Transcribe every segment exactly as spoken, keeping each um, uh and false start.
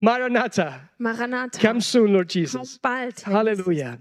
Maranatha. Maranatha. Come soon, Lord Komm Jesus. bald. Herr Hallelujah.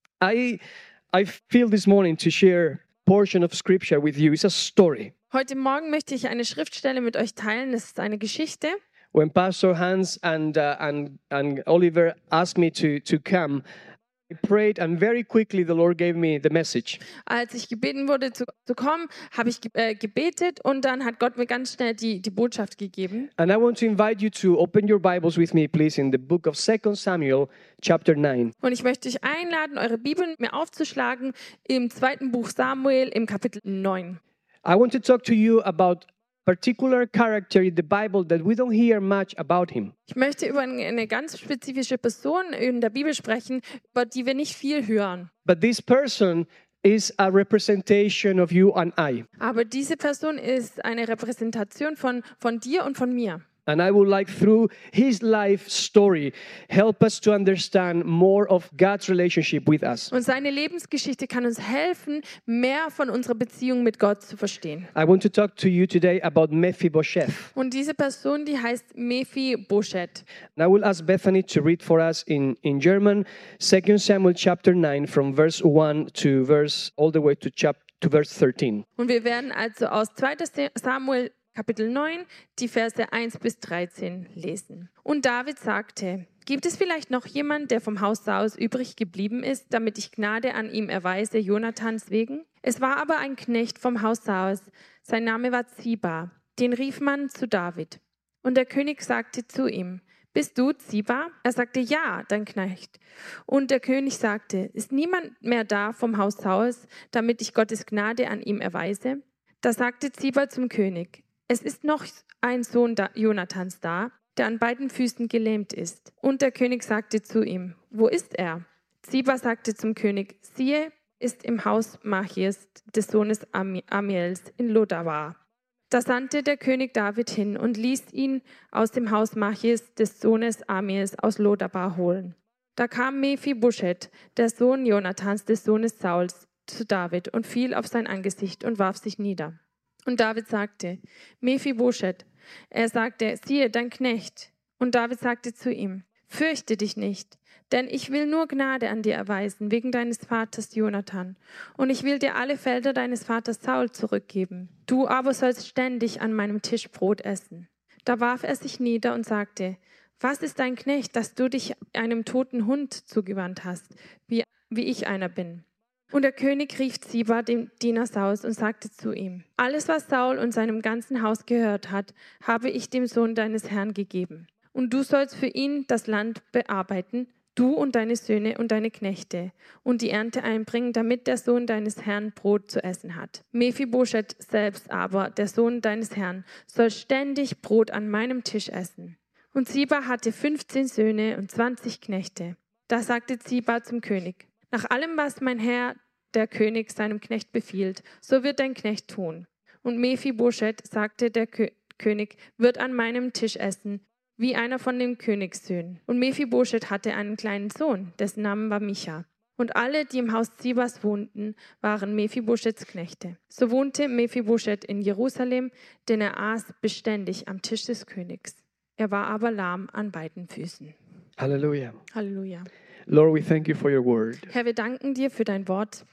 I I feel this morning to share a portion of scripture with you. It's a story. Heute Morgen möchte ich eine Schriftstelle mit euch teilen. Das ist eine Geschichte. When Pastor Hans and uh, and and Oliver asked me to to come, I prayed, and very quickly the Lord gave me the message. Als ich gebeten wurde zu, zu kommen, habe ich ge äh, gebetet und dann hat Gott mir ganz schnell die, die Botschaft gegeben. And I want to invite you to open your Bibles with me, please, in the book of Second Samuel, chapter nine. Und ich möchte euch einladen, eure Bibeln mir aufzuschlagen im zweiten Buch Samuel im Kapitel neun. I want to talk to you about particular character in the Bible that we don't hear much about him. Ich möchte über eine ganz spezifische Person in der Bibel sprechen, über die wir nicht viel hören. But this person is a representation of you and I. Aber diese Person ist eine Repräsentation von, von dir und von mir. And I would like, through his life story, help us to understand more of God's relationship with us. Und seine Lebensgeschichte kann uns helfen, mehr von unserer Beziehung mit Gott zu verstehen. I want to talk to you today about Mephibosheth. Und diese Person, die heißt Mephibosheth. And I will ask Bethany to read for us in, in German, Second Samuel chapter nine, from verse one to verse, all the way to, chap, to verse thirteen. Und wir werden also aus zweiter Samuel Kapitel neun, die Verse eins bis dreizehn lesen. Und David sagte, gibt es vielleicht noch jemand, der vom Haus Sauls übrig geblieben ist, damit ich Gnade an ihm erweise, Jonathans wegen? Es war aber ein Knecht vom Haus Sauls, sein Name war Ziba, den rief man zu David. Und der König sagte zu ihm, bist du Ziba? Er sagte, ja, dein Knecht. Und der König sagte, ist niemand mehr da vom Haus Sauls, damit ich Gottes Gnade an ihm erweise? Da sagte Ziba zum König, es ist noch ein Sohn da, Jonathans da, der an beiden Füßen gelähmt ist. Und der König sagte zu ihm, wo ist er? Ziba sagte zum König, siehe, ist im Haus Machias, des Sohnes Amiels, in Lodabar. Da sandte der König David hin und ließ ihn aus dem Haus Machias, des Sohnes Amiels, aus Lodabar holen. Da kam Mephibosheth, der Sohn Jonathans, des Sohnes Sauls, zu David und fiel auf sein Angesicht und warf sich nieder. Und David sagte, Mephibosheth. Er sagte, siehe, dein Knecht. Und David sagte zu ihm, fürchte dich nicht, denn ich will nur Gnade an dir erweisen, wegen deines Vaters Jonathan. Und ich will dir alle Felder deines Vaters Saul zurückgeben. Du aber sollst ständig an meinem Tisch Brot essen. Da warf er sich nieder und sagte, was ist dein Knecht, dass du dich einem toten Hund zugewandt hast, wie, wie ich einer bin? Und der König rief Ziba, dem Diener Sauls, und sagte zu ihm, alles, was Saul und seinem ganzen Haus gehört hat, habe ich dem Sohn deines Herrn gegeben. Und du sollst für ihn das Land bearbeiten, du und deine Söhne und deine Knechte, und die Ernte einbringen, damit der Sohn deines Herrn Brot zu essen hat. Mephibosheth selbst aber, der Sohn deines Herrn, soll ständig Brot an meinem Tisch essen. Und Ziba hatte fünfzehn Söhne und zwanzig Knechte. Da sagte Ziba zum König, nach allem, was mein Herr, der König, seinem Knecht befiehlt, so wird dein Knecht tun. Und Mephibosheth, sagte der Kö- König, wird an meinem Tisch essen, wie einer von den Königssöhnen. Und Mephibosheth hatte einen kleinen Sohn, dessen Name war Micha. Und alle, die im Haus Zibas wohnten, waren Mephibosheths Knechte. So wohnte Mephibosheth in Jerusalem, denn er aß beständig am Tisch des Königs. Er war aber lahm an beiden Füßen. Hallelujah. Halleluja. Lord, we thank you for your word. Herr, wir danken dir für dein Wort.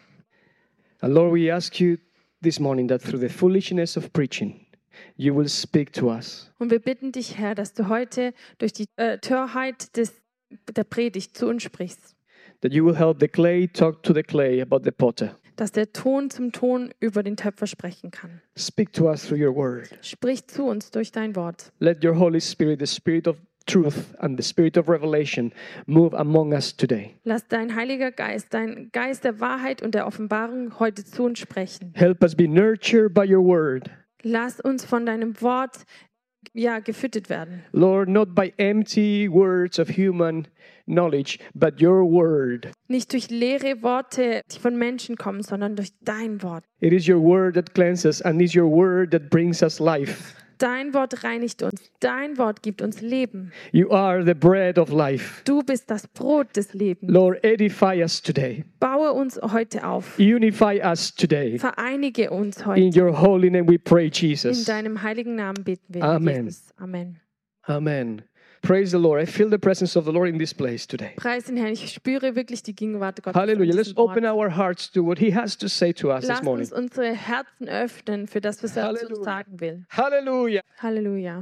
And Lord, we ask you this morning that through the foolishness of preaching, you will speak to us. Und wir bitten dich, Herr, dass du heute durch die äh, Torheit des, der Predigt zu uns sprichst. That you will help the clay talk to the clay about the potter. Dass der Ton zum Ton über den Töpfer sprechen kann. Speak to us through your word. Sprich zu uns durch dein Wort. Let your Holy Spirit, the Spirit of truth and the Spirit of revelation, move among us today. Lass dein Heiliger Geist, dein Geist der Wahrheit und der Offenbarung heute zu uns sprechen. Help us be nurtured by your word. Lass uns von deinem Wort ja, gefüttert werden. Lord, not by empty words of human knowledge, but your word. Nicht durch leere Worte, die von Menschen kommen, sondern durch dein Wort. It is your word that cleanses and is your word that brings us life. Dein Wort reinigt uns. Dein Wort gibt uns Leben. You are the bread of life. Du bist das Brot des Lebens. Lord, edify us today. Baue uns heute auf. Unify us today. Vereinige uns In heute. your holy name we pray, In Jesus. deinem heiligen Namen beten wir. Amen. Jesus. Amen. Amen. Praise the Lord. I feel the presence of the Lord in this place today. Preis den Herrn, ich spüre wirklich die Gegenwart Gottes. Hallelujah. an Let's diesem Ort. open our hearts to what He has to say to us this Lasst morning. uns unsere Herzen öffnen für das, was er zu uns Halleluja. sagen will. Hallelujah. Halleluja.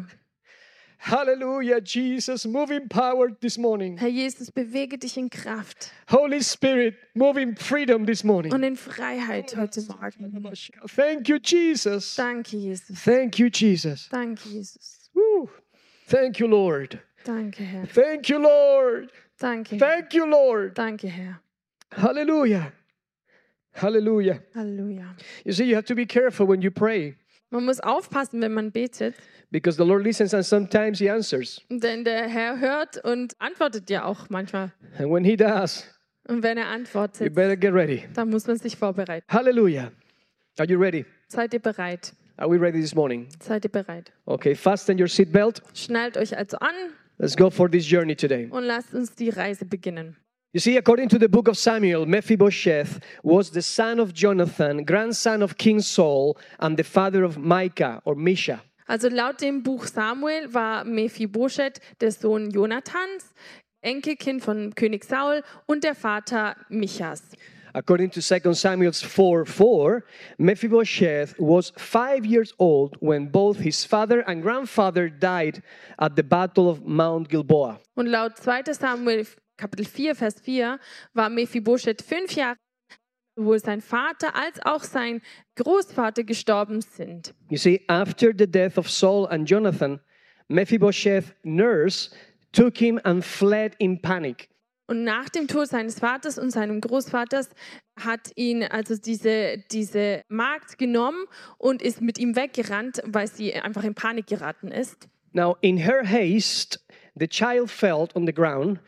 Hallelujah. Jesus, move in power this morning. Herr Jesus, bewege dich in Kraft Holy Spirit, move in freedom this morning. und in Freiheit heute Morgen. Thank you, Jesus. Danke, Jesus. Thank you, Jesus. Danke, Jesus. Woo. Thank you, Lord. Danke, Herr. Thank you, Lord. Danke, Herr. Thank you, Lord. Danke, Herr. Hallelujah. Hallelujah. Halleluja. You see, you have to be careful when you pray Man muss aufpassen, wenn man betet, because the Lord listens and sometimes He answers. denn der Herr hört und antwortet ja auch manchmal. And when He does, Und wenn er you antwortet, better get ready. dann muss man sich vorbereiten. Hallelujah. Are you ready? Seid ihr bereit? Are we ready this morning? Seid ihr bereit? Okay, fasten your seatbelt. Schnallt euch also an Let's go for this journey today. und lasst uns die Reise beginnen. You see, according to the book of Samuel, Mephibosheth was the son of Jonathan, grandson of King Saul, and the father of Micah or Misha. Also laut dem Buch Samuel war Mephibosheth der Sohn Jonathans, Enkelkind von König Saul und der Vater Michas. According to Second Samuel four four, Mephibosheth was five years old when both his father and grandfather died at the battle of Mount Gilboa. Und laut zweiter Samuel Kapitel vier, Vers vier war Mephibosheth fünf Jahre, sowohl sein Vater als auch sein Großvater gestorben sind. You see, after the death of Saul and Jonathan, Mephibosheth's nurse took him and fled in panic. Und nach dem Tod seines Vaters und seinem Großvaters hat ihn also diese, diese Magd genommen und ist mit ihm weggerannt, weil sie einfach in Panik geraten ist. Now, in her haste, the child fell on the ground,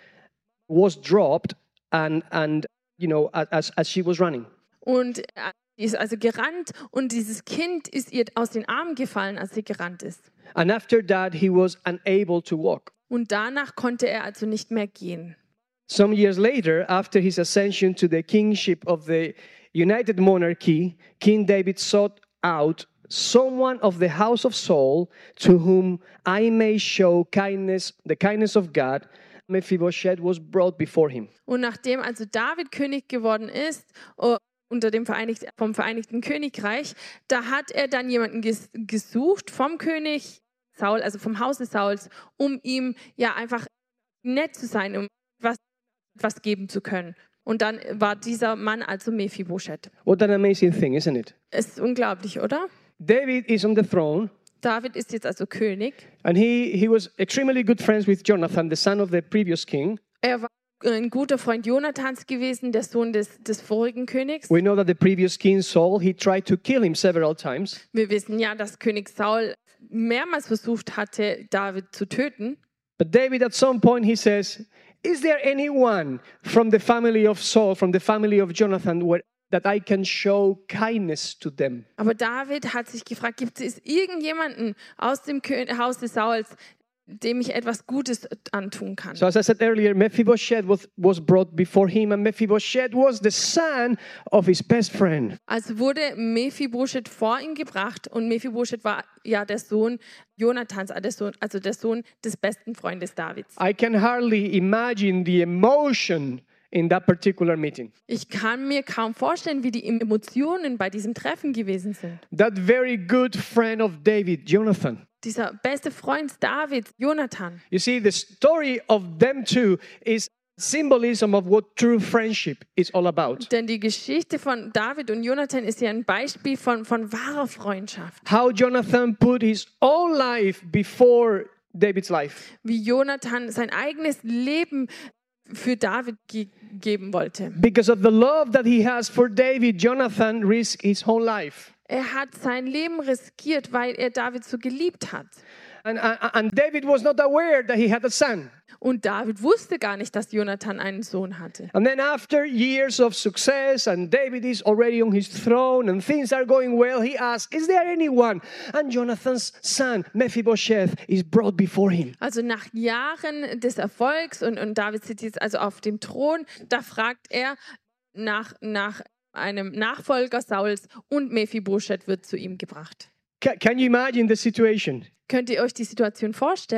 was dropped, and, and you know, as, as she was running. Und sie ist also gerannt und dieses Kind ist ihr aus den Armen gefallen, als sie gerannt ist. And after that, he was unable to walk. Und danach konnte er also nicht mehr gehen. Some years later, after his ascension to the kingship of the United Monarchy, King David sought out someone of the house of Saul to whom I may show kindness, the kindness of God. Mephibosheth was brought before him. Und nachdem also David König geworden ist, uh, unter dem Vereinigt, vom Vereinigten Königreich, da hat er dann jemanden ges gesucht vom König Saul, also vom Hause Sauls, um ihm ja einfach nett zu sein, um was, was geben zu können. Und dann war dieser Mann also Mephibosheth. What an amazing thing, isn't it? Ist unglaublich, oder? David is on the throne. David ist jetzt also König. And he, he was extremely good friends with Jonathan, the son of the previous king. Er war ein guter Freund Jonathans gewesen, der Sohn des, des vorigen Königs. We know that the previous king, Saul, he tried to kill him several times. Wir wissen ja, dass König Saul mehrmals versucht hatte, David zu töten. But David, at some point, he says, is there anyone from the family of Saul, from the family of Jonathan, where, that I can show kindness to them? Aber David hat sich gefragt, gibt es irgendjemanden aus dem Kö- Haus des Sauls, dem ich etwas Gutes antun kann? So as I said earlier, Mephibosheth was, was brought before him, and Mephibosheth was the son of his best friend. Also wurde Mephibosheth vor ihn gebracht und Mephibosheth war ja der Sohn Jonathans, also der Sohn, also der Sohn des besten Freundes Davids. I can hardly imagine the emotion in that particular meeting. Ich kann mir kaum vorstellen, wie die Emotionen bei diesem Treffen gewesen sind. That very good friend of David, Jonathan. Dieser beste Freund Davids, Jonathan. You see, the story of them two is symbolism of what true friendship is all about. Denn die Geschichte von David und Jonathan ist ja ein Beispiel von, von wahrer Freundschaft. How Jonathan put his own life before David's life. Wie Jonathan sein eigenes Leben für David ge geben wollte. Because of the love that he has for David, Jonathan risked his whole life. Er hat sein Leben riskiert, weil er David so geliebt hat. And, and, and David was not aware that he had a son. Und David wusste gar nicht, dass Jonathan einen Sohn hatte. And then after years of success and David is already on his throne and things are going well, he asks, is there anyone? And Jonathan's son, Mephibosheth, is brought before him. Also nach Jahren des Erfolgs und, und David sitzt jetzt also auf dem Thron, da fragt er nach, nach einem Nachfolger Sauls und Mephibosheth wird zu ihm gebracht. Ca- can you imagine the situation? Könnt ihr euch die Situation vorstellen?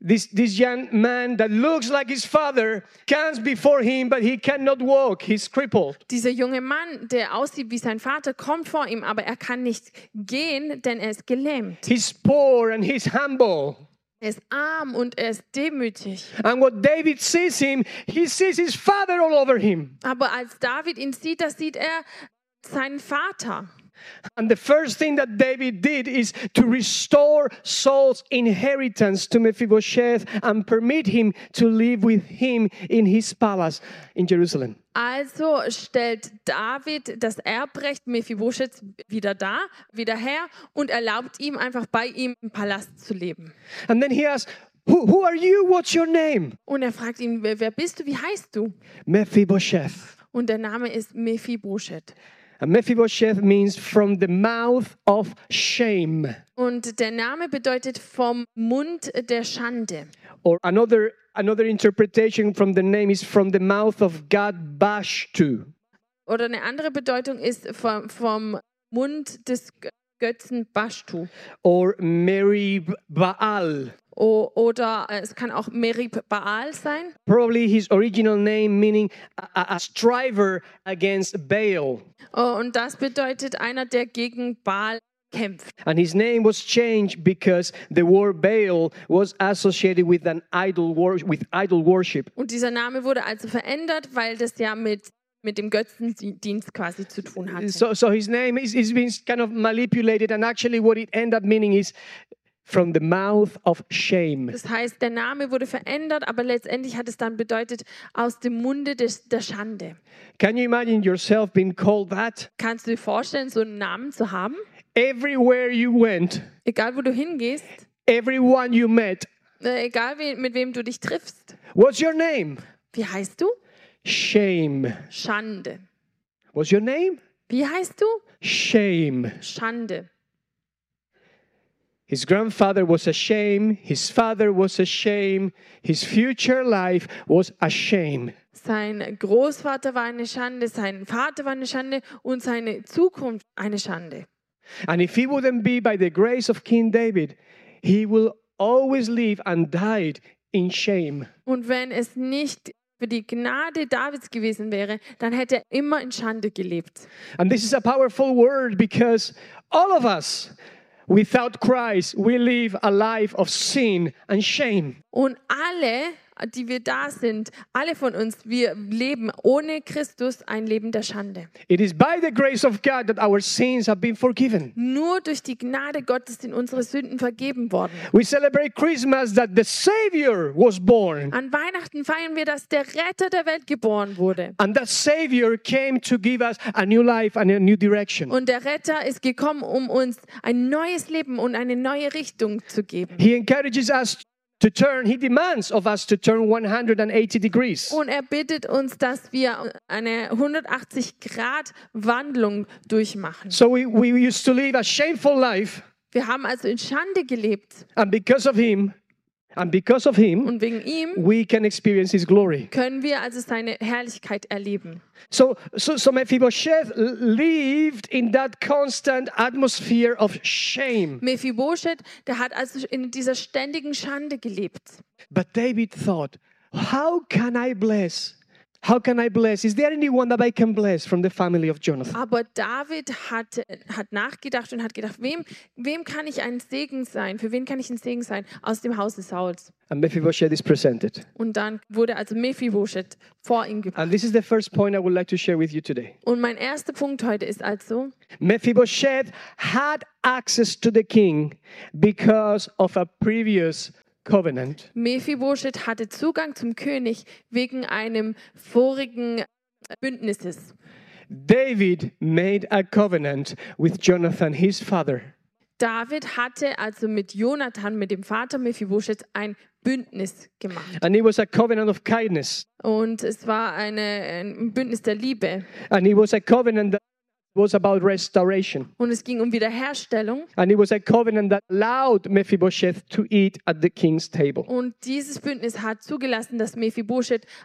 This, this young man that looks like his father comes before him, but he cannot walk. He's crippled. Dieser junge Mann, der aussieht wie sein Vater, kommt vor ihm, aber er kann nicht gehen, denn er ist gelähmt. He's poor and he's humble. Er ist arm und er ist demütig. And what David sees him, he sees his father all over him. Aber als David ihn sieht, da sieht er seinen Vater. And the first thing that David did is to restore Saul's inheritance to Mephibosheth and permit him to live with him in his palace in Jerusalem. Also stellt David das Erbrecht Mephibosheth wieder dar, wieder her und erlaubt ihm einfach bei ihm im Palast zu leben. And then he asks, who, who are you? What's your name? Und er fragt ihn, wer, wer bist du? Wie heißt du? Mephibosheth. Und der Name ist Mephibosheth. And Mephibosheth means from the mouth of shame. Und der Name bedeutet vom Mund der Schande. Or another another interpretation from the name is from the mouth of God Bashtu. Oder eine andere Bedeutung ist vom, vom Mund des Götzen Bashtu. Or Merib Baal. O, oder äh, es kann auch Merib Baal sein. Probably his original name meaning a, a striver against Baal. Oh, und das bedeutet einer, der gegen Baal kämpft. And his name was changed because the word Baal was associated with an idol wor- with idol worship. Und dieser Name wurde also verändert, weil das ja mit mit dem Götzendienst quasi zu tun hatte. So, so his name is, is being kind of manipulated, and actually what it ended up meaning is from the mouth of shame. Das heißt, der Name wurde verändert, aber letztendlich hat es dann bedeutet, aus dem Munde des, der Schande. Can you imagine yourself being called that? Kannst du dir vorstellen, so einen Namen zu haben? Everywhere you went, Egal, wo du hingehst, everyone you met, äh, egal, we, mit wem du dich triffst. what's your name? Wie heißt du? Shame. Schande. What's your name? Wie heißt du? Shame. Schande. His grandfather was a shame. His father was a shame. His future life was a shame. Sein Großvater war eine Schande, sein Vater war eine Schande und seine Zukunft eine Schande. And if he wouldn't be by the grace of King David, he will always live and died in shame. Und wenn es nicht für die Gnade Davids gewesen wäre, dann hätte er immer in Schande gelebt. And this is a powerful word because all of us, without Christ, we live a life of sin and shame. Und alle, die wir da sind, alle von uns, wir leben ohne Christus ein Leben der Schande. It is by the grace of God that our sins have been forgiven. Nur durch die Gnade Gottes sind unsere Sünden vergeben worden. We celebrate Christmas that the Savior was born. An Weihnachten feiern wir, dass der Retter der Welt geboren wurde. And that Savior came to give us a new life and a new direction. Und der Retter ist gekommen, um uns ein neues Leben und eine neue Richtung zu geben. He encourages us to turn, he demands of us to turn one hundred eighty degrees. Und er bittet uns, dass wir eine hundertachtzig Grad Wandlung durchmachen. So we, we used to live a shameful life, Wir haben also in Schande gelebt. and because of him, and because of him, Und wegen ihm we can experience his glory. können wir also seine Herrlichkeit erleben. So, so, so Mephibosheth lived in that constant atmosphere of shame. Mephibosheth, der hat also in dieser ständigen Schande gelebt. But David thought, how can I bless? How can I bless? Is there anyone that I can bless from the family of Jonathan? Aber David hat, hat nachgedacht und hat gedacht, wem, wem kann ich ein Segen sein? Für wen kann ich ein Segen sein? Aus dem Hause Sauls. And Mephibosheth is presented. Und dann wurde also Mephibosheth vor ihn gebracht. And this is the first point I would like to share with you today. Und mein erster Punkt heute ist also, Mephibosheth had access to the king because of a previous covenant. Mephibosheth hatte Zugang zum König wegen einem vorigen Bündnisses. David made a covenant with Jonathan, his father. David hatte also mit Jonathan, mit dem Vater Mephibosheth, ein Bündnis gemacht. And it was a covenant of kindness. Und es war eine, ein Bündnis der Liebe. And it was a covenant that was about restoration. Und es ging um Wiederherstellung. And it was a covenant that allowed Mephibosheth to eat at the king's table. Und dieses Bündnis hat zugelassen, dass Mephibosheth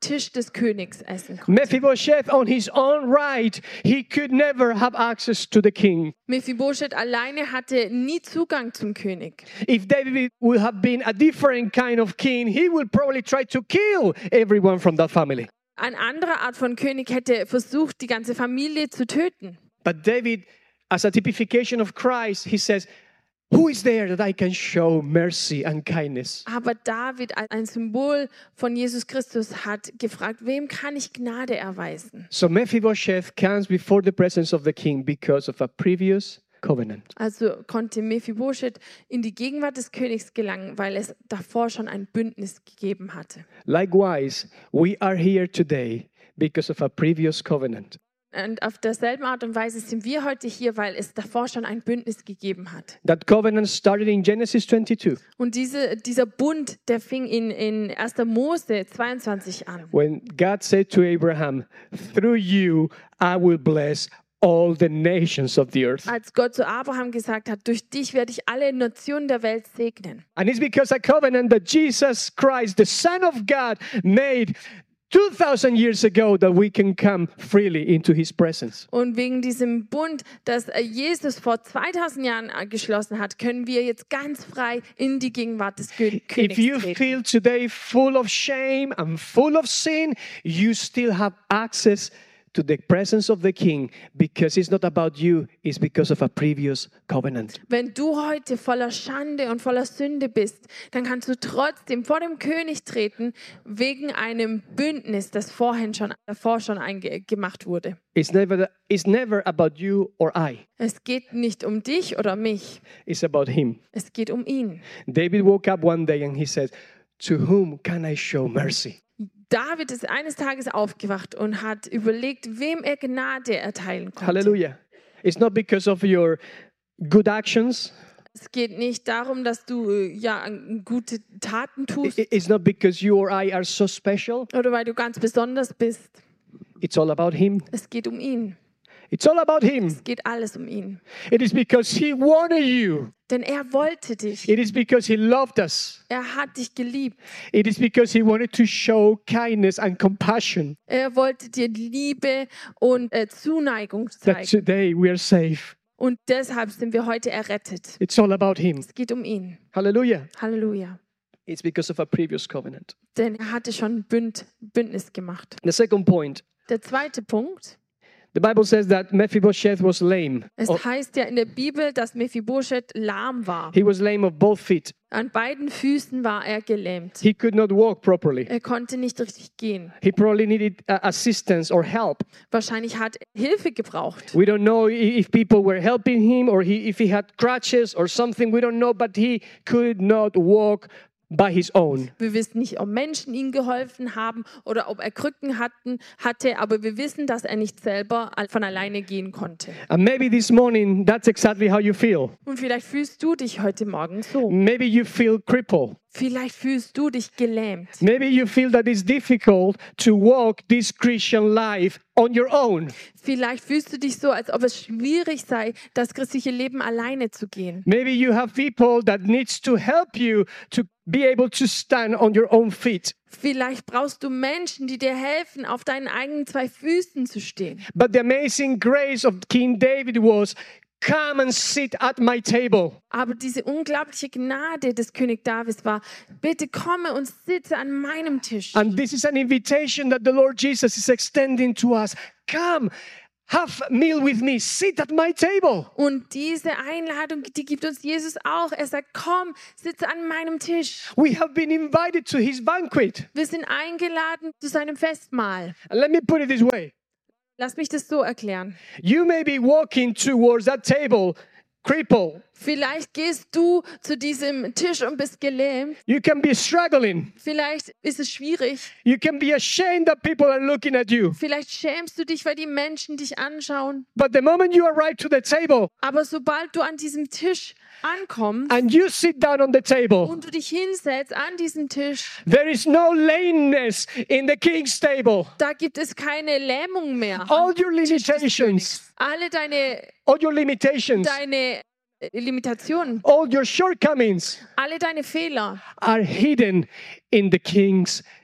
Tisch des Königs essen konnte. Mephibosheth on his own right, he could never have access to the king. Mephibosheth alleine hatte nie Zugang zum König. If David would have been a different kind of king, he would probably try to kill everyone from that family. Eine andere Art von König hätte versucht, die ganze Familie zu töten. But David, as a typification of Christ, he says, who is there that I can show mercy and kindness? Aber David als ein Symbol von Jesus Christus hat gefragt, wem kann ich Gnade erweisen? So Mephibosheth comes before the presence of the king because of a previous covenant. Also konnte Mephibosheth in die Gegenwart des Königs gelangen, weil es davor schon ein Bündnis gegeben hatte. Likewise, we are here today because of a previous covenant. Und auf derselben Art und Weise sind wir heute hier, weil es davor schon ein Bündnis gegeben hat. That covenant started in Genesis twenty-two, Und diese, dieser Bund, der fing in, in erster Mose zweiundzwanzig an. when God said to Abraham, through you I will bless all the nations of the earth. Als Gott zu Abraham gesagt hat, durch dich werde ich alle Nationen der Welt segnen. And it's because a covenant that Jesus Christ, the Son of God, made two thousand years ago that we can come freely into his presence. Und wegen diesem Bund, das äh, Jesus vor zweitausend Jahren äh, geschlossen hat, können wir jetzt ganz frei in die Gegenwart des Kö If Königs you treten. feel today full of shame and full of sin, you still have access to the presence of the King because it's not about you, it's because of a previous covenant. Wenn du heute voller Schande und voller Sünde bist, dann kannst du trotzdem vor dem König treten, wegen einem Bündnis, das vorhin schon, davor schon einge- gemacht wurde. It's never, it's never about you or I, Es geht nicht um dich oder mich, it's about him. es geht um ihn. David woke up one day and he said, to whom can I show mercy? David ist eines Tages aufgewacht und hat überlegt, wem er Gnade erteilen konnte. Hallelujah. It's not because of your good actions. Es geht nicht darum, dass du äh, ja gute Taten tust I- It's not because you or I are so special. oder weil du ganz besonders bist. It's all about him. Es geht um ihn. It's all about him. Es geht alles um ihn. It is because he wanted you. Denn er wollte dich. It is because he loved us. Er hat dich geliebt. It is because he wanted to show kindness and compassion Er wollte dir Liebe und äh, Zuneigung that zeigen. today we are safe. Und deshalb sind wir heute errettet. It's all about him. Es geht um ihn. Hallelujah. Halleluja. It's because of a previous covenant. Denn er hatte schon ein Bünd, Bündnis gemacht. The second point, Der zweite Punkt. the Bible says that Mephibosheth was lame. Es Oh, heißt ja in der Bibel, dass Mephibosheth lahm war. he was lame of both feet. An beiden Füßen war er gelähmt. He could not walk properly. Er konnte nicht richtig gehen. He probably needed uh, assistance or help. Wahrscheinlich hat er Hilfe gebraucht. We don't know i- if people were helping him or he, if he had crutches or something. We don't know, but he could not walk by his own. Wir wissen nicht, ob Menschen ihm geholfen haben oder ob er Krücken hatten, hatte, aber wir wissen, dass er nicht selber von alleine gehen konnte. And maybe this morning, that's exactly how you feel. Und vielleicht fühlst du dich heute Morgen so. Maybe you feel crippled. Vielleicht fühlst du dich gelähmt. Maybe you feel that it's difficult to walk this Christian life on your own. Vielleicht fühlst du dich so, als ob es schwierig sei, das christliche Leben alleine zu gehen. Maybe you have people that needs to help you to be able to stand on your own feet. Vielleicht brauchst du Menschen, die dir helfen, auf deinen eigenen zwei Füßen zu stehen. But the amazing grace of King David was, come and sit at my table. Aber diese unglaubliche Gnade des König Davids war, bitte komme und sitze an meinem Tisch. And this is an invitation that the Lord Jesus is extending to us. Come, have a meal with me, sit at my table. Und diese Einladung, die gibt uns Jesus auch. Er sagt, komm, sitze an meinem Tisch. We have been invited to his banquet. Wir sind eingeladen zu seinem Festmahl. And let me put it this way. Lass mich das so erklären. You may be walking towards that table crippled. Vielleicht gehst du zu diesem Tisch und bist gelähmt. You can be struggling. Vielleicht ist es schwierig. You can be ashamed that people are looking at you. Vielleicht schämst du dich, weil die Menschen dich anschauen. But the moment you arrive to the table Aber sobald du an diesem Tisch ankommst and you sit down on the table, und du dich hinsetzt an diesem Tisch, there is no lameness in the king's table. da gibt es keine Lähmung mehr. All your limitations, Alle deine, all your limitations, deine äh, Limitationen, all your shortcomings alle deine Fehler are hidden in the king's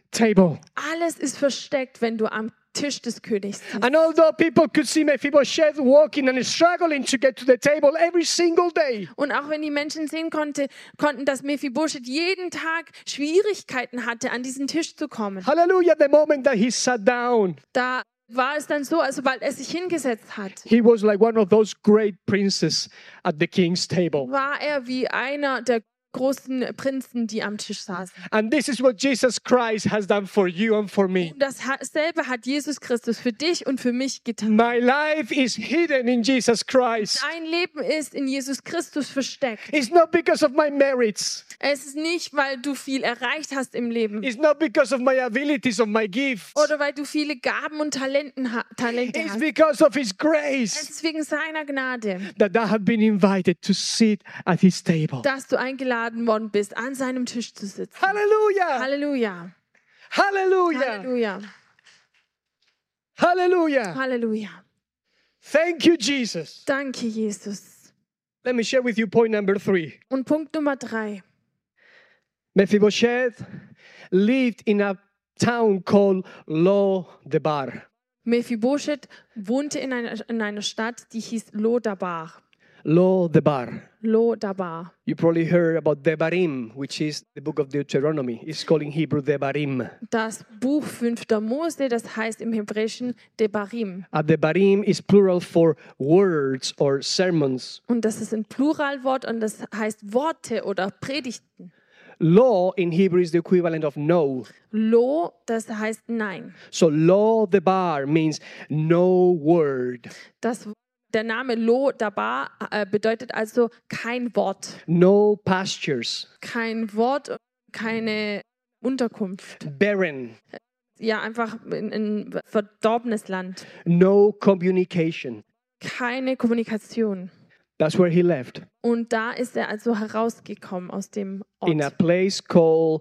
table. Alles ist versteckt, wenn du am Tisch des Königs sitzt. And although people could see Mephibosheth walking and struggling to get to the table every single day, Und auch wenn die Menschen sehen konnte, konnten, dass Mephibosheth jeden Tag Schwierigkeiten hatte, an diesen Tisch zu kommen. hallelujah, the moment that he sat down, Da war es dann so, also sobald er sich hingesetzt hat, he was like one of those great princes at the king's table. war er wie einer der großen Prinzen, die am Tisch saßen. And this is what Jesus Christ has done for you and for me. Und dasselbe hat Jesus Christus für dich und für mich getan. My life is hidden in Jesus Christ. Dein Leben ist in Jesus Christus versteckt. It's not because of my merits. Es ist nicht, weil du viel erreicht hast im Leben It's not because of my abilities, of my gifts. oder weil du viele Gaben und Talenten, ha Talente It's hast. because of His Es grace ist wegen seiner Gnade, that I have been invited to sit at His table. dass du eingeladen worden bist, an seinem Tisch zu sitzen. Hallelujah! Halleluja. Hallelujah! Halleluja. Hallelujah! Halleluja. Thank you, Jesus. Danke, Jesus. Let me share with you point number three. Und Punkt Nummer drei. Mephibosheth lived in a town called Lo-Debar. Mephibosheth wohnte in einer, in einer Stadt, die hieß Lo-Dabar. Lo-Debar. Lo-Dabar. You probably heard about Devarim, which is the book of Deuteronomy. It's called in Hebrew Devarim. Das Buch fünfter Mose, das heißt im Hebräischen Debarim. A Devarim is plural for words or sermons. Und das ist ein Pluralwort und das heißt Worte oder Predigten. Law in Hebrew is the equivalent of no. Lo, das heißt Nein. So Lo-Debar means no word, Das, der Name Lo-Dabar äh, bedeutet also kein Wort. no pastures, Kein Wort, keine Unterkunft. barren, Ja, einfach ein, ein verdorbenes Land. no communication. Keine Kommunikation. That's where he left. Und da ist er also herausgekommen aus dem In a Ort. place called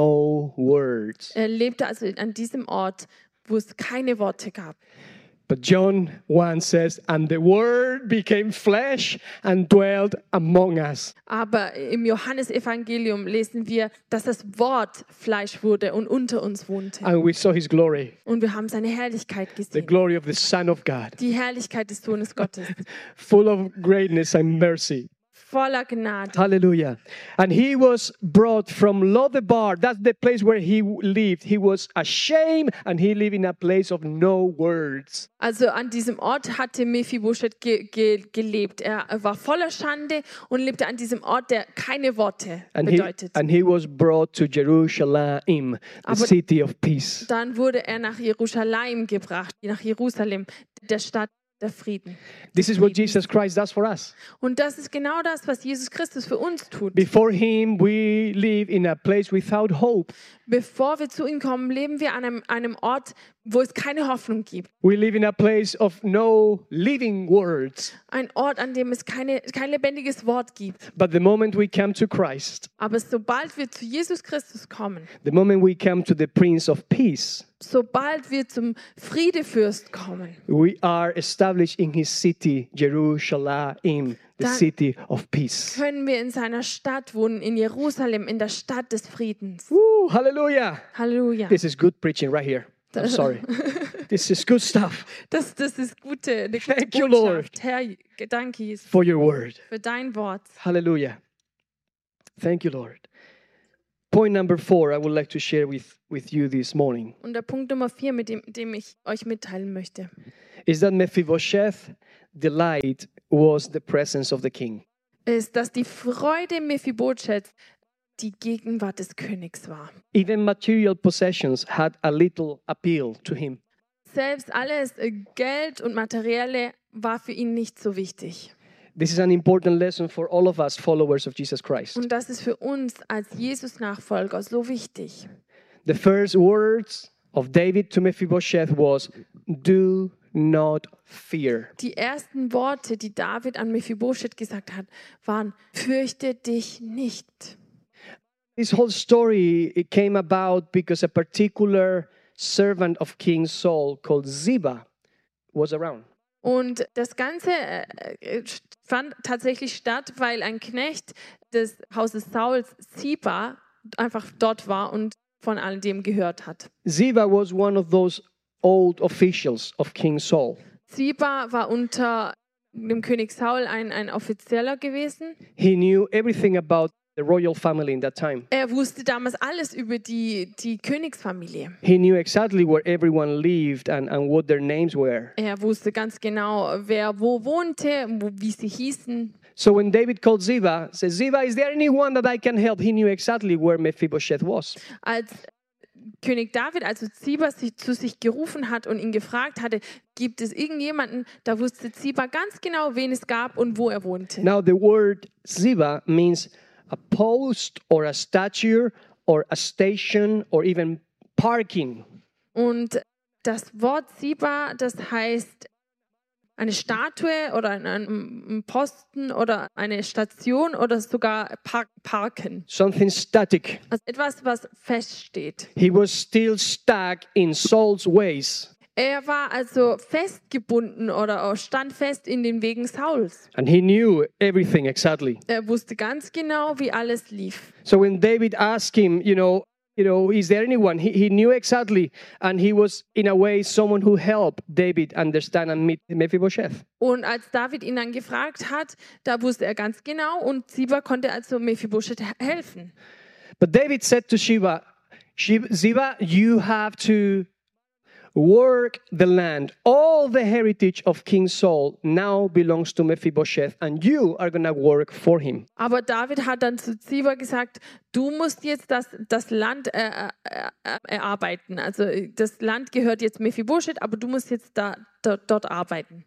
no words. Er lebte also an diesem Ort, wo es keine Worte gab. But John one says, and the word became flesh and dwelt among us. Aber im Johannesevangelium lesen wir, dass das Wort Fleisch wurde und unter uns wohnte. And we saw his glory, Und wir haben seine Herrlichkeit the gesehen. glory of the Son of God, Die Herrlichkeit des Sohnes Gottes. full of greatness and mercy. Voller Gnade. Hallelujah. And he was brought from Lo-Debar. That's the place where he lived. He was ashamed and he lived in a place of no words. Also an diesem Ort hatte Mephibosheth ge ge gelebt. Er war voller Schande und lebte an diesem Ort, der keine Worte And he, bedeutet. and he was brought to Jerusalem, the Aber- city of peace. Dann wurde er nach Jerusalem gebracht, nach Jerusalem, der Stadt der Frieden. This is what Jesus Christ does for us. Und das ist genau das, was Jesus Christus für uns tut. Before him, we live in a place without hope. Bevor wir zu ihm kommen, leben wir an einem, einem Ort, wo es keine Hoffnung gibt. We live in a place of no living words. Ein Ort, an dem es keine, kein lebendiges Wort gibt. But the moment we come to Christ, Aber sobald wir zu Jesus Christus kommen, the moment we come to the Prince of Peace, sobald wir zum Friedefürst kommen, we are established in his city, Jerusalem, the Dann- city of peace. können wir in seiner Stadt wohnen, in Jerusalem, in der Stadt des Friedens. Woo, hallelujah. Halleluja. This is good preaching right here. I'm sorry. This is good stuff Das, das ist gute, eine gute Thank you, Botschaft. Herr, danke Jesus for your word. für dein Wort. Hallelujah. Thank you, Lord. Point number four, I would like to share with, with you this morning Und der Punkt Nummer vier, mit dem, dem ich euch mitteilen möchte, is that Mephibosheth's delight was the presence of the king. ist, dass die Freude Mephibosheths die Gegenwart des Königs war. Even material possessions had a little appeal to him. Selbst alles äh, Geld und Materielle war für ihn nicht so wichtig. This is an important lesson for all of us followers of Jesus Christ. Und das ist für uns als Jesus-Nachfolger so wichtig. The first words of David to Mephibosheth was, do not fear. Die ersten Worte, die David an Mephibosheth gesagt hat, waren: Fürchte dich nicht. This whole story, it came about because a particular servant of King Saul called Ziba was around. Und das Ganze äh, äh, fand tatsächlich statt, weil ein Knecht des Hauses Sauls, Ziba, einfach dort war. Und von all dem gehört hat. Ziba was one of those old officials of King Saul. Ziba war unter dem König Saul ein, ein Offizieller gewesen. He knew everything about the royal family in that time. Er wusste damals alles über die, die Königsfamilie. He knew exactly where everyone lived and, and what their names were. Er wusste ganz genau, wer wo wohnte, wo, wie sie hießen. So when David called Ziba, says, Ziba, is there anyone that I can help? He knew exactly where Mephibosheth was. Als König David, also Ziba, sich zu sich gerufen hat und ihn gefragt hatte, gibt es irgendjemanden, da wusste Ziba ganz genau, wen es gab und wo er wohnte. Now the word Ziba means a post or a statue or a station or even parking. Und das Wort Ziba, das heißt eine Statue oder ein, ein Posten oder eine Station oder sogar Park, Parken. Something static. Also etwas, was feststeht. He was still stuck in Saul's ways. Er war also festgebunden oder stand fest in den Wegen Sauls. And he knew everything exactly. Er wusste ganz genau, wie alles lief. So when David asked him, you know, you know, is there anyone? He, he knew exactly. And he was, in a way, someone who helped David understand and meet Mephibosheth. Und als David ihn dann gefragt hat, da wusste er ganz genau und Ziba konnte also Mephibosheth helfen. But David said to Ziba, Ziba, you have to work the land. All the heritage of King Saul now belongs to Mephibosheth, and you are going to work for him. Aber David hat dann zu Ziba gesagt, du musst jetzt das, das Land äh, äh, erarbeiten. Also das Land gehört jetzt Mephibosheth, aber du musst jetzt da, da, dort arbeiten.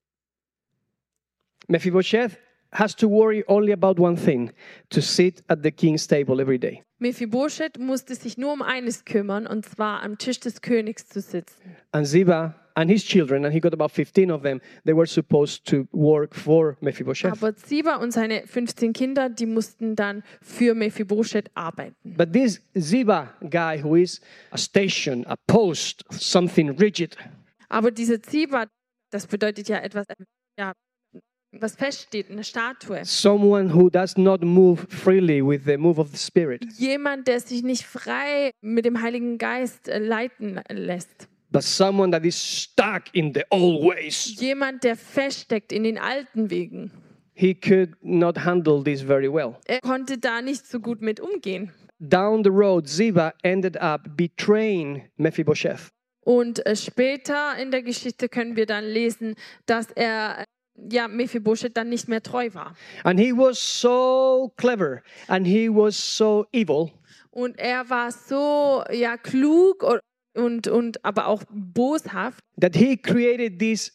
Mephibosheth has to worry only about one thing, to sit at the king's table every day. Mephibosheth musste sich nur um eines kümmern, und zwar am Tisch des Königs zu sitzen. And Ziba and his children, and he got about fifteen of them, they were supposed to work for Mephibosheth. Aber Ziba und seine fünfzehn Kinder, die mussten dann für Mephibosheth arbeiten. But this Ziba guy who is a station, a post, something rigid, Aber dieser Ziba, das bedeutet ja etwas, ja, was feststeht, eine Statue. someone who does not move freely with the move of the Spirit, Jemand, der sich nicht frei mit dem Heiligen Geist äh, leiten lässt. but someone that is stuck in the old ways. Jemand, der feststeckt in den alten Wegen. He could not handle this very well. Er konnte da nicht so gut mit umgehen. Down the road, Ziba ended up betraying Mephibosheth. Und äh, später in der Geschichte können wir dann lesen, dass er äh, ja, Mephibosheth dann nicht mehr treu war. And he was so clever and he was so evil Und er war so ja, klug und, und, und aber auch boshaft, that he created this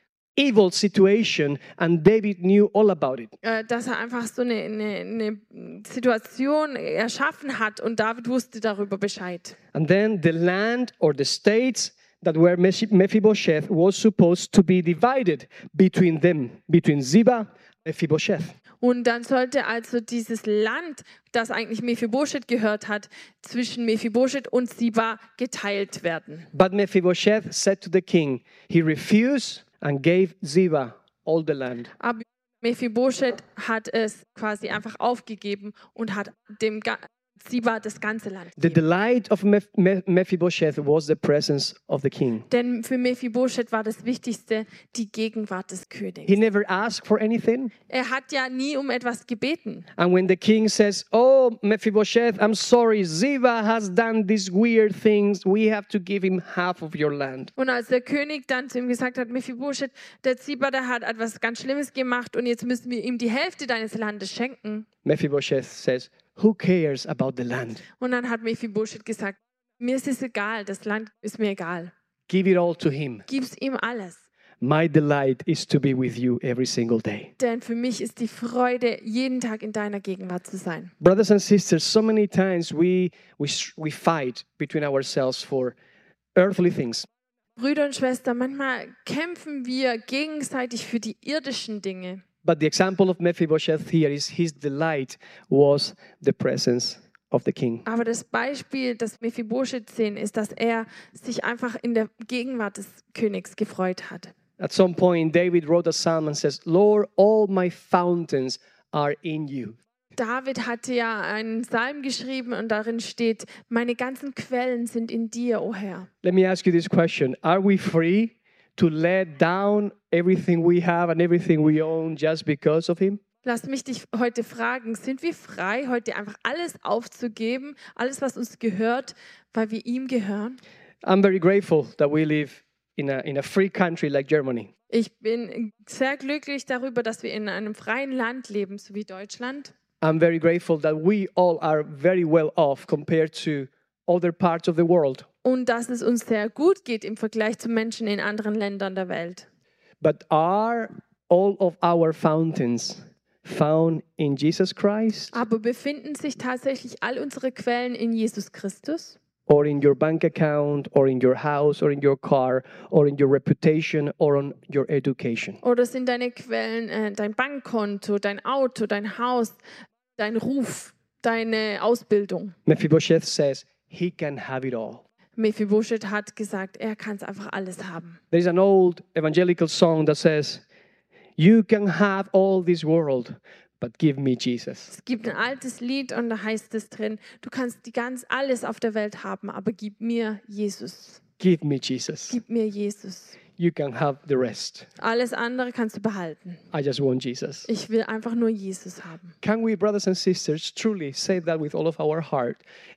evil situation and David knew all about it. äh, dass er einfach so eine, eine, eine Situation erschaffen hat und David wusste darüber Bescheid. And then the land or the states that were Mephibosheth was supposed to be divided between them, between Ziba and Mephibosheth. Und dann sollte also dieses Land, das eigentlich Mephibosheth gehört hat, zwischen Mephibosheth und Ziba geteilt werden. But Mephibosheth said to the king, he refused and gave Ziba all the land. Aber Mephibosheth hat es quasi einfach aufgegeben und hat dem Ga- Ziba das ganze Land The gegeben. delight of Meph- Meph- Mephibosheth was the presence of the king. Denn für Mephibosheth war das Wichtigste die Gegenwart des Königs. He never asked for anything. Er hat ja nie um etwas gebeten. And when the king says, oh, Mephibosheth, I'm sorry, Ziba has done these weird things. We have to give him half of your land. Und als der König dann zu ihm gesagt hat, Mephibosheth, der Ziba, der hat etwas ganz Schlimmes gemacht und jetzt müssen wir ihm die Hälfte deines Landes schenken. Mephibosheth says, who cares about the land? Und dann hat Mephibosheth gesagt, mir ist es egal, das Land ist mir egal. Give it all to him. Gib's ihm alles. My delight is to be with you every single day. Denn für mich ist die Freude, jeden Tag in deiner Gegenwart zu sein. Brothers and sisters, so many times we, we, we fight between ourselves for earthly things. Brüder und Schwestern, manchmal kämpfen wir gegenseitig für die irdischen Dinge. But the example of Mephibosheth here is his delight was the presence of the king. Aber das Beispiel, das Mephibosheth sehen, ist, dass er sich einfach in der Gegenwart des Königs gefreut hat. At some point, David wrote a psalm and says, Lord, all my fountains are in you. David hatte ja einen Psalm geschrieben und darin steht, meine ganzen Quellen sind in dir, o Herr. Let me ask you this question. Are we free to let down everything we have and everything we own just because of him? Lass mich dich heute fragen, sind wir frei, heute einfach alles aufzugeben, alles, was uns gehört, weil wir ihm gehören? I'm very grateful that we live in a, in a free country like Germany. Ich bin sehr glücklich darüber, dass wir in einem freien Land leben, so wie Deutschland. I'm very grateful that we all are very well off compared to other parts of the world. Und dass es uns sehr gut geht im Vergleich zu Menschen in anderen Ländern der Welt. But are all of our fountains found in Jesus Christ Aber befinden sich tatsächlich all unsere Quellen in Jesus Christus? or in your bank account or in your house or in your car or in your reputation or on your education? Oder sind deine Quellen äh, dein Bankkonto, dein Auto, dein Haus, dein Ruf, deine Ausbildung? Mephibosheth says he can have it all. Mephibosheth hat gesagt, er kann es einfach alles haben. There is an old evangelical song that says, you can have all this world, but give me Jesus. Es gibt ein altes Lied und da heißt es drin, du kannst die ganz alles auf der Welt haben, aber gib mir Jesus. Give me Jesus. Gib mir Jesus. You can have the rest. Alles andere kannst du behalten. I just want Jesus. Ich will einfach nur Jesus haben. Can we, brothers and sisters, truly say that with all of our heart?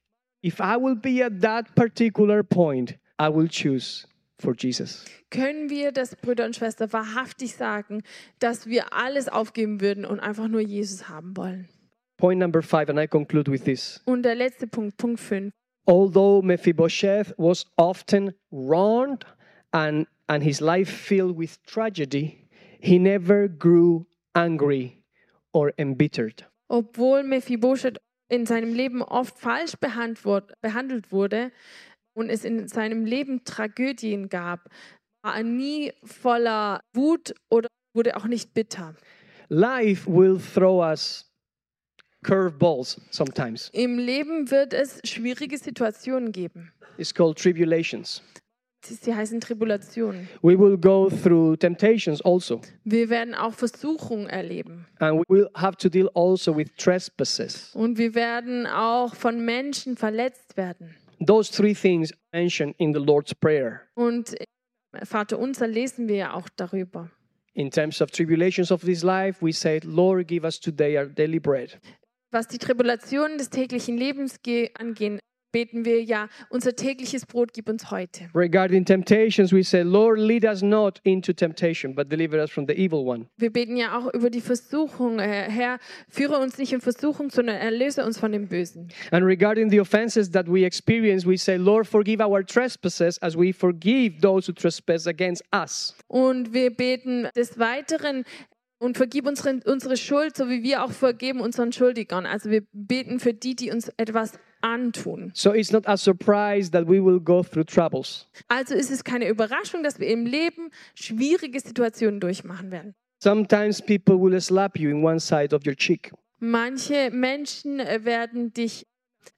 If I will be at that particular point, I will choose for Jesus. Können wir das, Brüder und Schwestern, wahrhaftig sagen, dass wir alles aufgeben würden und einfach nur Jesus haben wollen? Point number five, and I conclude with this. Und der letzte Punkt, Punkt fünf. Although Mephibosheth was often wronged and, and his life filled with tragedy, he never grew angry or embittered. Obwohl Mephibosheth in seinem Leben oft falsch behandelt wurde und es in seinem Leben Tragödien gab, war er nie voller Wut oder wurde auch nicht bitter. Life will throw us curveballs sometimes. Im Leben wird es schwierige Situationen geben. It's called tribulations. Sie heißen Tribulationen. We will go through temptations also. Wir werden auch Versuchungen erleben. And we will have to deal also with trespasses. Und wir werden auch von Menschen verletzt werden. Those three things mentioned in the Lord's Prayer. Und im Vater unser lesen wir ja auch darüber. In terms of tribulations of this life, we say, Lord, give us today our daily bread. Was die Tribulationen des täglichen Lebens angehen, beten wir ja, unser tägliches Brot gib uns heute. Regarding temptations, we say, Lord, lead us not into temptation, but deliver us from the evil one. Wir beten ja auch über die Versuchung. Herr, führe uns nicht in Versuchung, sondern erlöse uns von dem Bösen. And regarding the offenses that we experience, we say, Lord, forgive our trespasses as we forgive those who trespass against us. Und wir beten des Weiteren, und vergib unsere, unsere Schuld, so wie wir auch vergeben unseren Schuldigern. Also wir beten für die, die uns etwas antun. So it's not a surprise that we will go through troubles. Also ist es keine Überraschung, dass wir im Leben schwierige Situationen durchmachen werden. Sometimes people will slap you in one side of your cheek. Manche Menschen werden dich,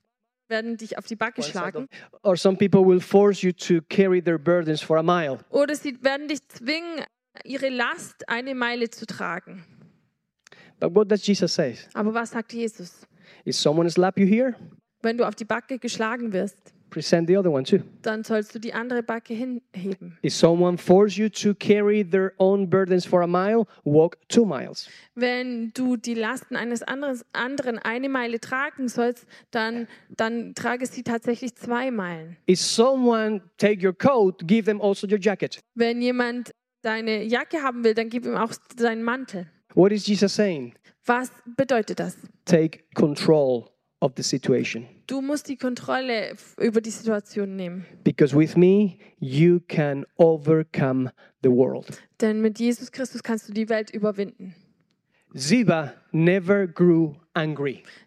werden dich auf die Backe schlagen. Or some people will force you to carry their burdens for a mile. Oder sie werden dich zwingen, ihre Last eine Meile zu tragen. But what does Jesus say? Aber was sagt Jesus? If someone slap you here, Wenn du auf die Backe geschlagen wirst, present the other one too. dann sollst du die andere Backe hinheben. If someone force you to carry their own burdens for a mile, walk two miles. Wenn du die Lasten eines anderen, anderen eine Meile tragen sollst, dann, dann trage sie tatsächlich zwei Meilen. If someone take your coat, give them also your jacket. Wenn jemand deine Jacke haben will, dann gib ihm auch seinen Mantel. What is Jesus saying? Was bedeutet das? Take control of the situation. Du musst die Kontrolle über die Situation nehmen. Because with me, you can overcome the world. Denn mit Jesus Christus kannst du die Welt überwinden. Ziba never grew angry.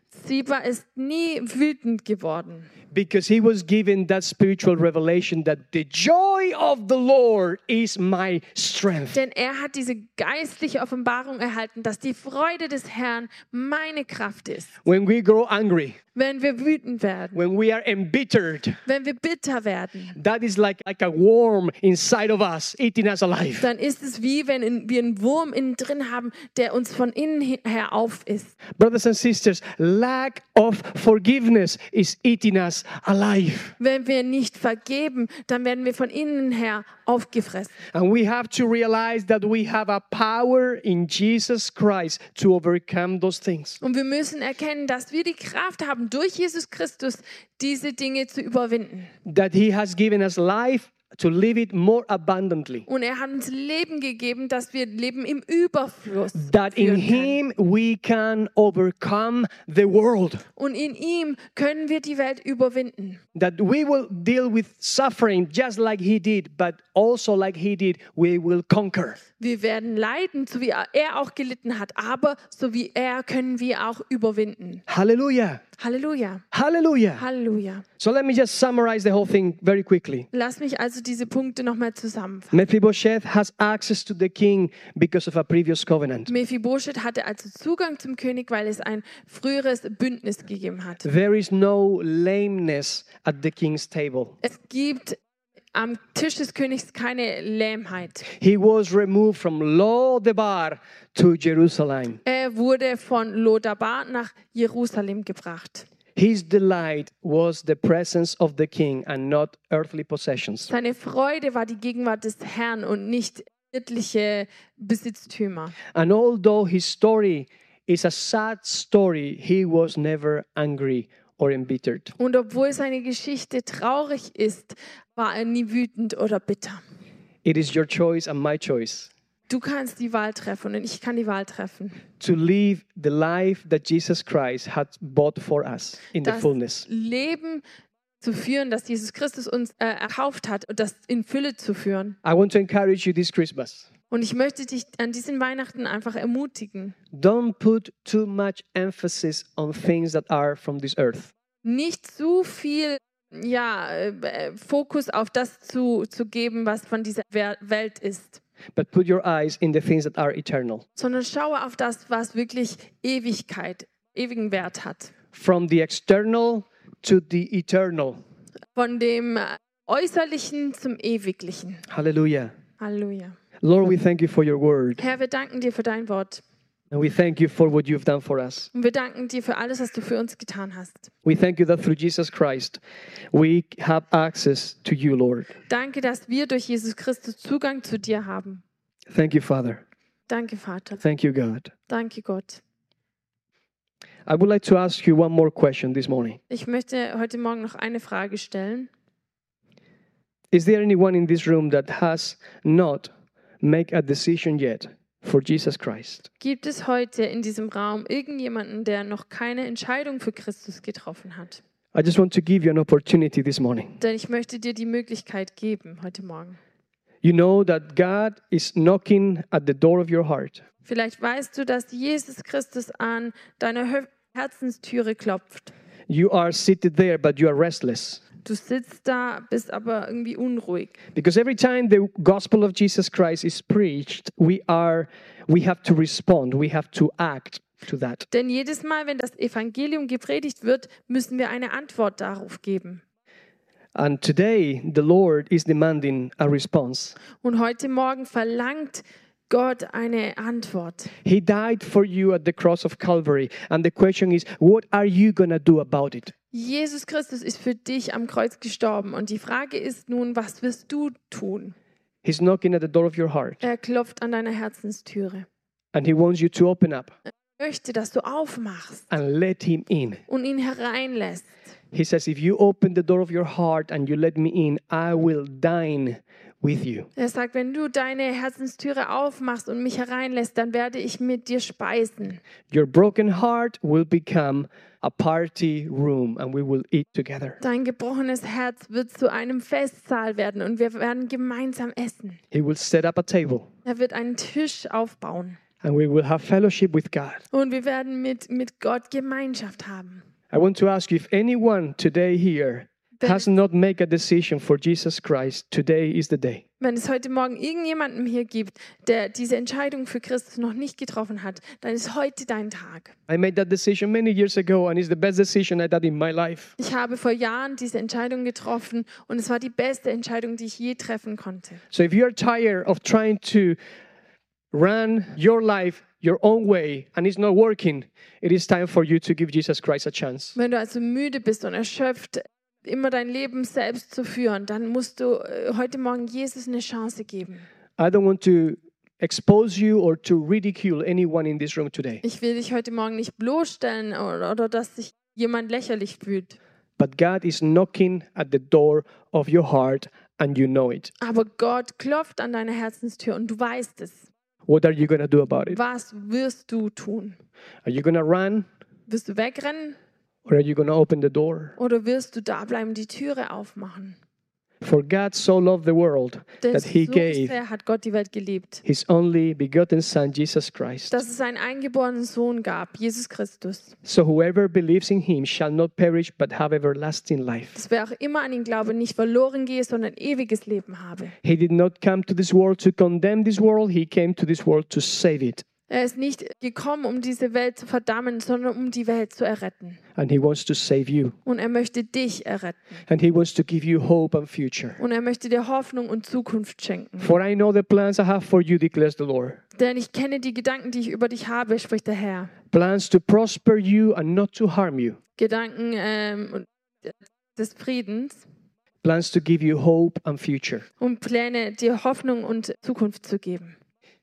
Ziba ist nie wütend geworden, because he was given that spiritual revelation that the joy of the Lord is my strength. denn er hat diese geistliche Offenbarung erhalten, dass die Freude des Herrn meine Kraft ist. When we grow angry, Wenn wir wütend werden, when we are embittered, wenn wir bitter werden, that is like, like a worm inside of us, eating us alive. dann ist es wie wenn in, wir einen Wurm innen drin haben, der uns von innen her aufisst. Brothers and sisters, lack of forgiveness is eating us alive. Wenn wir nicht vergeben, dann werden wir von innen her aufgefressen. And we have to realize that we have a power in Jesus Christ to overcome those things. Und wir müssen erkennen, dass wir die Kraft haben, durch Jesus Christus diese Dinge zu überwinden. That He has given us life to live it more abundantly. Und er hat uns Leben gegeben, dass wir Leben im Überfluss That in führen können. Him we can overcome the world. Und in ihm können wir die Welt überwinden. That we will deal with suffering just like He did, but also like He did, we will conquer. Wir werden leiden, so wie er auch gelitten hat, aber so wie er können wir auch überwinden. Hallelujah. Halleluja. Hallelujah. Halleluja. So let me just summarize the whole thing very quickly. Lass mich also diese Punkte nochmal zusammenfassen. Mephibosheth has access to the king because of a previous covenant. Mephibosheth hatte also Zugang zum König, weil es ein früheres Bündnis gegeben hat. There is no lameness at the king's table. Es gibt am Tisch des Königs keine Lähmheit. He was removed from Lo-debar to Jerusalem. Er wurde von Lodabar nach Jerusalem gebracht. His delight was the presence of the king and not earthly possessions. Seine Freude war die Gegenwart des Herrn und nicht irdliche Besitztümer. And although his story is a sad story, he was never angry or embittered. Und obwohl seine Geschichte traurig ist, war er nie wütend oder bitter. It is your choice and my choice Du kannst die Wahl treffen und ich kann die Wahl treffen. to live the life that Jesus Christ had bought for us in the Das fullness. Leben zu führen, das Jesus Christus uns äh, erkauft hat und das in Fülle zu führen. I want to encourage you this Christmas. Und ich möchte dich an diesen Weihnachten einfach ermutigen, Don't put too much emphasis on things that are from this earth. nicht zu viel ja, äh, Fokus auf das zu, zu geben, was von dieser Wer- Welt ist, But put your eyes in the things that are eternal. sondern schaue auf das, was wirklich Ewigkeit, ewigen Wert hat. From the external to the eternal. Von dem Äußerlichen zum Ewiglichen. Hallelujah. Halleluja. Lord, we thank you for your word. Herr, wir danken dir für dein Wort. And we thank you for what you've done for us. Und wir danken dir für alles, was du für uns getan hast. We thank you that through Jesus Christ, we have access to you, Lord. Danke, dass wir durch Jesus Christus Zugang zu dir haben. Thank you, Father. Danke, Vater. Thank you, God. Danke, Gott. I would like to ask you one more question this morning. Ich möchte heute Morgen noch eine Frage stellen. Is there anyone in this room that has not made a decision yet for Jesus Christ? Gibt es heute in diesem Raum irgendjemanden, der noch keine Entscheidung für Christus getroffen hat? I just want to give you an opportunity this morning. Denn ich möchte dir die Möglichkeit geben heute Morgen. You know that God is knocking at the door of your heart. Vielleicht weißt du, dass Jesus Christus an deiner Hö- Herzenstüre klopft. You are seated there, but you are restless. Du sitzt da, bist aber irgendwie unruhig. Because every time the gospel of Jesus Christ is preached, we are we have to respond, we have to act to that. Denn jedes Mal, wenn das Evangelium gepredigt wird, müssen wir eine Antwort darauf geben. And today the Lord is demanding a response. Und heute Morgen verlangt Gott eine Antwort. He died for you at the cross of Calvary, and the question is, what are you going to do about it? Jesus Christus ist für dich am Kreuz gestorben und die Frage ist nun, was wirst du tun? He's knocking at the door of your heart, Er klopft an deiner Herzenstüre. and he wants you to open up Er möchte, dass du aufmachst and let him in. und ihn hereinlässt. He says, if you open the door of your heart and you let me in, I will dine with you. Er sagt, wenn du deine Herzenstüre aufmachst und mich hereinlässt, dann werde ich mit dir speisen. Your broken heart will become a party room, and we will eat together. Dein gebrochenes Herz wird zu einem Festsaal werden und wir werden gemeinsam essen. He will set up a table, Er wird einen Tisch aufbauen and we will have fellowship with God. Und wir werden mit, mit Gott Gemeinschaft haben. I want to ask you if anyone today here has not made a decision for Jesus Christ, today is the day. Wenn es heute Morgen irgendjemandem hier gibt, der diese Entscheidung für Christus noch nicht getroffen hat, dann ist heute dein Tag. I made that decision many years ago and it's the best decision I did in my life. Ich habe vor Jahren diese Entscheidung getroffen und es war die beste Entscheidung, die ich je treffen konnte. So if you're tired of trying to run your life your own way and it's not working, it is time for you to give Jesus Christ a chance. Wenn du also müde bist und erschöpft, immer dein Leben selbst zu führen, dann musst du äh, heute Morgen Jesus eine Chance geben. I don't want to expose you or to ridicule anyone in this room today. Ich will dich heute Morgen nicht bloßstellen oder, oder dass sich jemand lächerlich fühlt. But God is knocking at the door of your heart and you know it. Aber Gott klopft an deine Herzenstür und du weißt es. What are you going to do about it? Was wirst du tun? Are you going to run Wirst du wegrennen or are you going to open the door? oder wirst du da bleiben, die Türe aufmachen? For God so loved the world Denn that he so gave sehr hat Gott die Welt geliebt, his only begotten Son, Jesus Christ. dass es einen eingeborenen Sohn gab, Jesus Christus. So whoever believes in him shall not perish but have everlasting life. Dass wer auch immer an ihn glaube, nicht verloren gehe, sondern ewiges Leben habe. He did not come to this world to condemn this world, he came to this world to save it. Er ist nicht gekommen, um diese Welt zu verdammen, sondern um die Welt zu erretten. And he wants to save you. Und er möchte dich erretten. And he wants to give you hope and future. Und er möchte dir Hoffnung und Zukunft schenken. For I know the plans I have for you, declares the Lord. Denn ich kenne die Gedanken, die ich über dich habe, spricht der Herr. Plans to prosper you and not to harm you. Gedanken ähm, des Friedens Plans to give you hope and future. und Pläne, dir Hoffnung und Zukunft zu geben.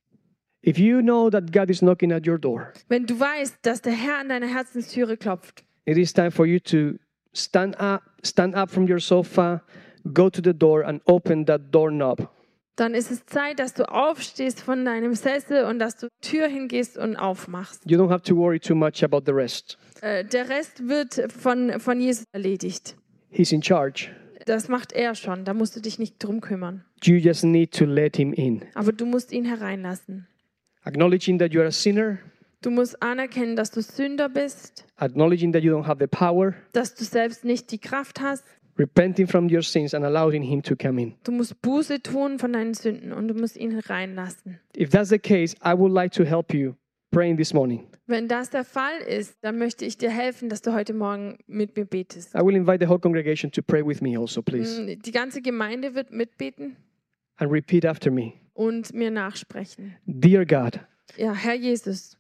If you know that God is knocking at your door, Wenn du weißt, dass der Herr an deine Herzenstüre klopft, it is time for you to stand up, stand up from your sofa, go to the door and open that doorknob. dann ist es Zeit, dass du aufstehst von deinem Sessel und dass du zur Tür hingehst und aufmachst. You don't have to worry too much about the rest. Äh, der Rest wird von, von Jesus erledigt. He's in charge. Das macht er schon, da musst du dich nicht drum kümmern. You just need to let him in. Aber du musst ihn hereinlassen. Acknowledging that you're a sinner, Du musst anerkennen, dass du Sünder bist, acknowledging that you don't have the power, dass du selbst nicht die Kraft hast. repenting from your sins and allowing him to come in. Du musst Buße tun von deinen Sünden und du musst ihn hereinlassen. If that's the case, I would like to help you praying this morning. Wenn das der Fall ist, dann möchte ich dir helfen, dass du heute Morgen mit mir betest. I will invite the whole congregation to pray with me also, please. Die ganze Gemeinde wird mitbeten And repeat after me. und mir nachsprechen. Dear God, Ja, Herr Jesus,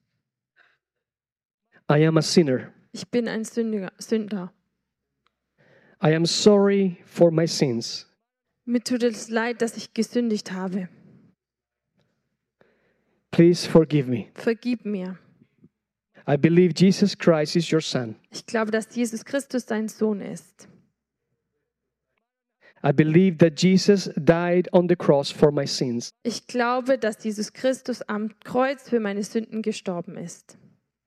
I am a sinner. ich bin ein Sündiger, Sünder. I am sorry for my sins. Mir tut es leid, dass ich gesündigt habe. Please forgive me. Vergib mir. I believe Jesus Christ is your Son. Ich glaube, dass Jesus Christus dein Sohn ist. I believe that Jesus died on the cross for my sins. Ich glaube, dass Jesus Christus am Kreuz für meine Sünden gestorben ist.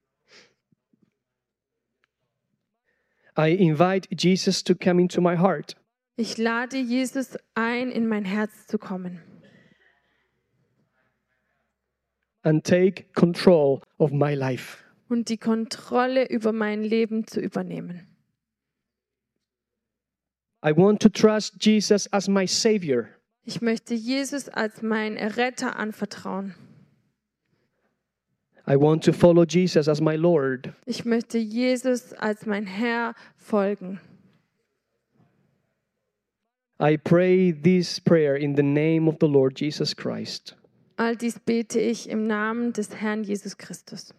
I invite Jesus to come into my heart. Ich lade Jesus ein, in mein Herz zu kommen And take control of my life. und die Kontrolle über mein Leben zu übernehmen. I want to trust Jesus as my Savior. Ich möchte Jesus als mein Erretter anvertrauen. I want to follow Jesus as my Lord. Ich möchte Jesus als mein Herr folgen. I pray this prayer in the name of the Lord Jesus Christ. All dies bete ich im Namen des Herrn Jesus Christus.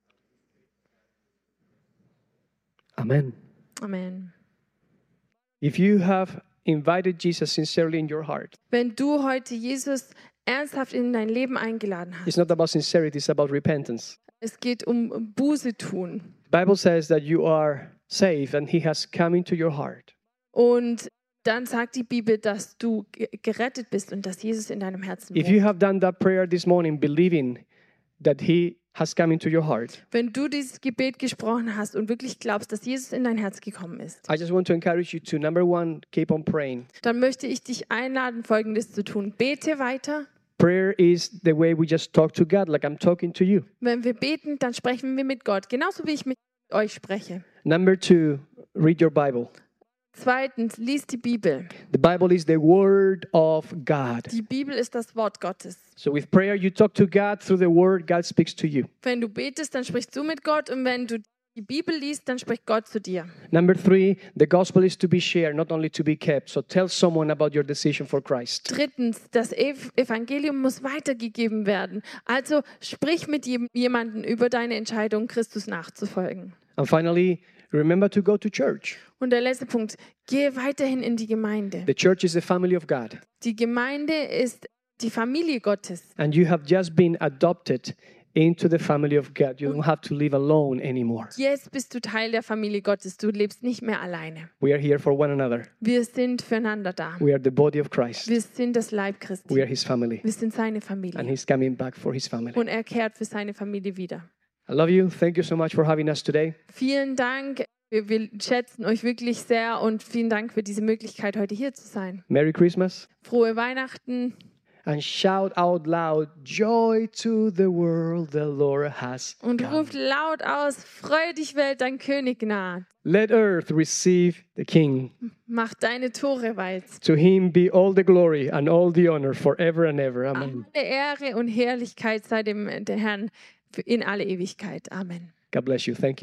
Amen. Amen. If you have invited Jesus sincerely in your heart, Wenn du heute Jesus ernsthaft in dein Leben eingeladen it's hast, not about sincerity, it's about repentance. es geht um Buße tun. The Bible says that you are saved and he has come into your heart. Und dann sagt die Bibel, dass du ge- gerettet bist und dass Jesus in deinem Herzen If you wohnt. have done that prayer this morning, believing that he has come into your heart, Wenn du dieses Gebet gesprochen hast und wirklich glaubst, dass Jesus in dein Herz gekommen ist, I just want to encourage you to, number one, keep on praying. dann möchte ich dich einladen, Folgendes zu tun. Bete weiter. Prayer is the way we just talk to God, like I'm talking to you. Wenn wir beten, dann sprechen wir mit Gott, genauso wie ich mit euch spreche. Number two, read your Bible. Zweitens, lies die Bibel. The Bible is the Word of God. Die Bibel ist das Wort Gottes. So with prayer, you talk to God through the Word, God speaks to you. Wenn du betest, dann sprichst du mit Gott und wenn du die Bibel liest, dann spricht Gott zu dir. Number three, the gospel is to be shared, not only to be kept. So tell someone about your decision for Christ. Drittens, das Ev- Evangelium muss weitergegeben werden. Also sprich mit jem- jemandem über deine Entscheidung, Christus nachzufolgen. And finally, remember to go to church. Und der letzte Punkt, gehe weiterhin in die Gemeinde. The church is the family of God. Die Gemeinde ist die Familie Gottes. And you have just been adopted into the family of God. You don't have to live alone anymore. Jetzt bist du Teil der Familie Gottes. Du lebst nicht mehr alleine. We are here for one another. Wir sind füreinander da. We are the body of Christ. Wir sind das Leib We Christi. are his family. Wir sind seine And Familie. he's coming back for his family. Und er kehrt für seine Familie wieder. I love you. Thank you so much for having us today. Vielen Dank. Wir, wir schätzen euch wirklich sehr und vielen Dank für diese Möglichkeit, heute hier zu sein. Merry Christmas. Frohe Weihnachten And shout out loud, joy to the world the Lord has und come. ruft laut aus, freu dich Welt, dein König naht. Let earth receive the King. Mach deine Tore weit. To him be all the glory and all the honor forever and ever. Amen. Alle Ehre und Herrlichkeit sei dem der Herrn für in alle Ewigkeit. Amen. God bless you. Thank you.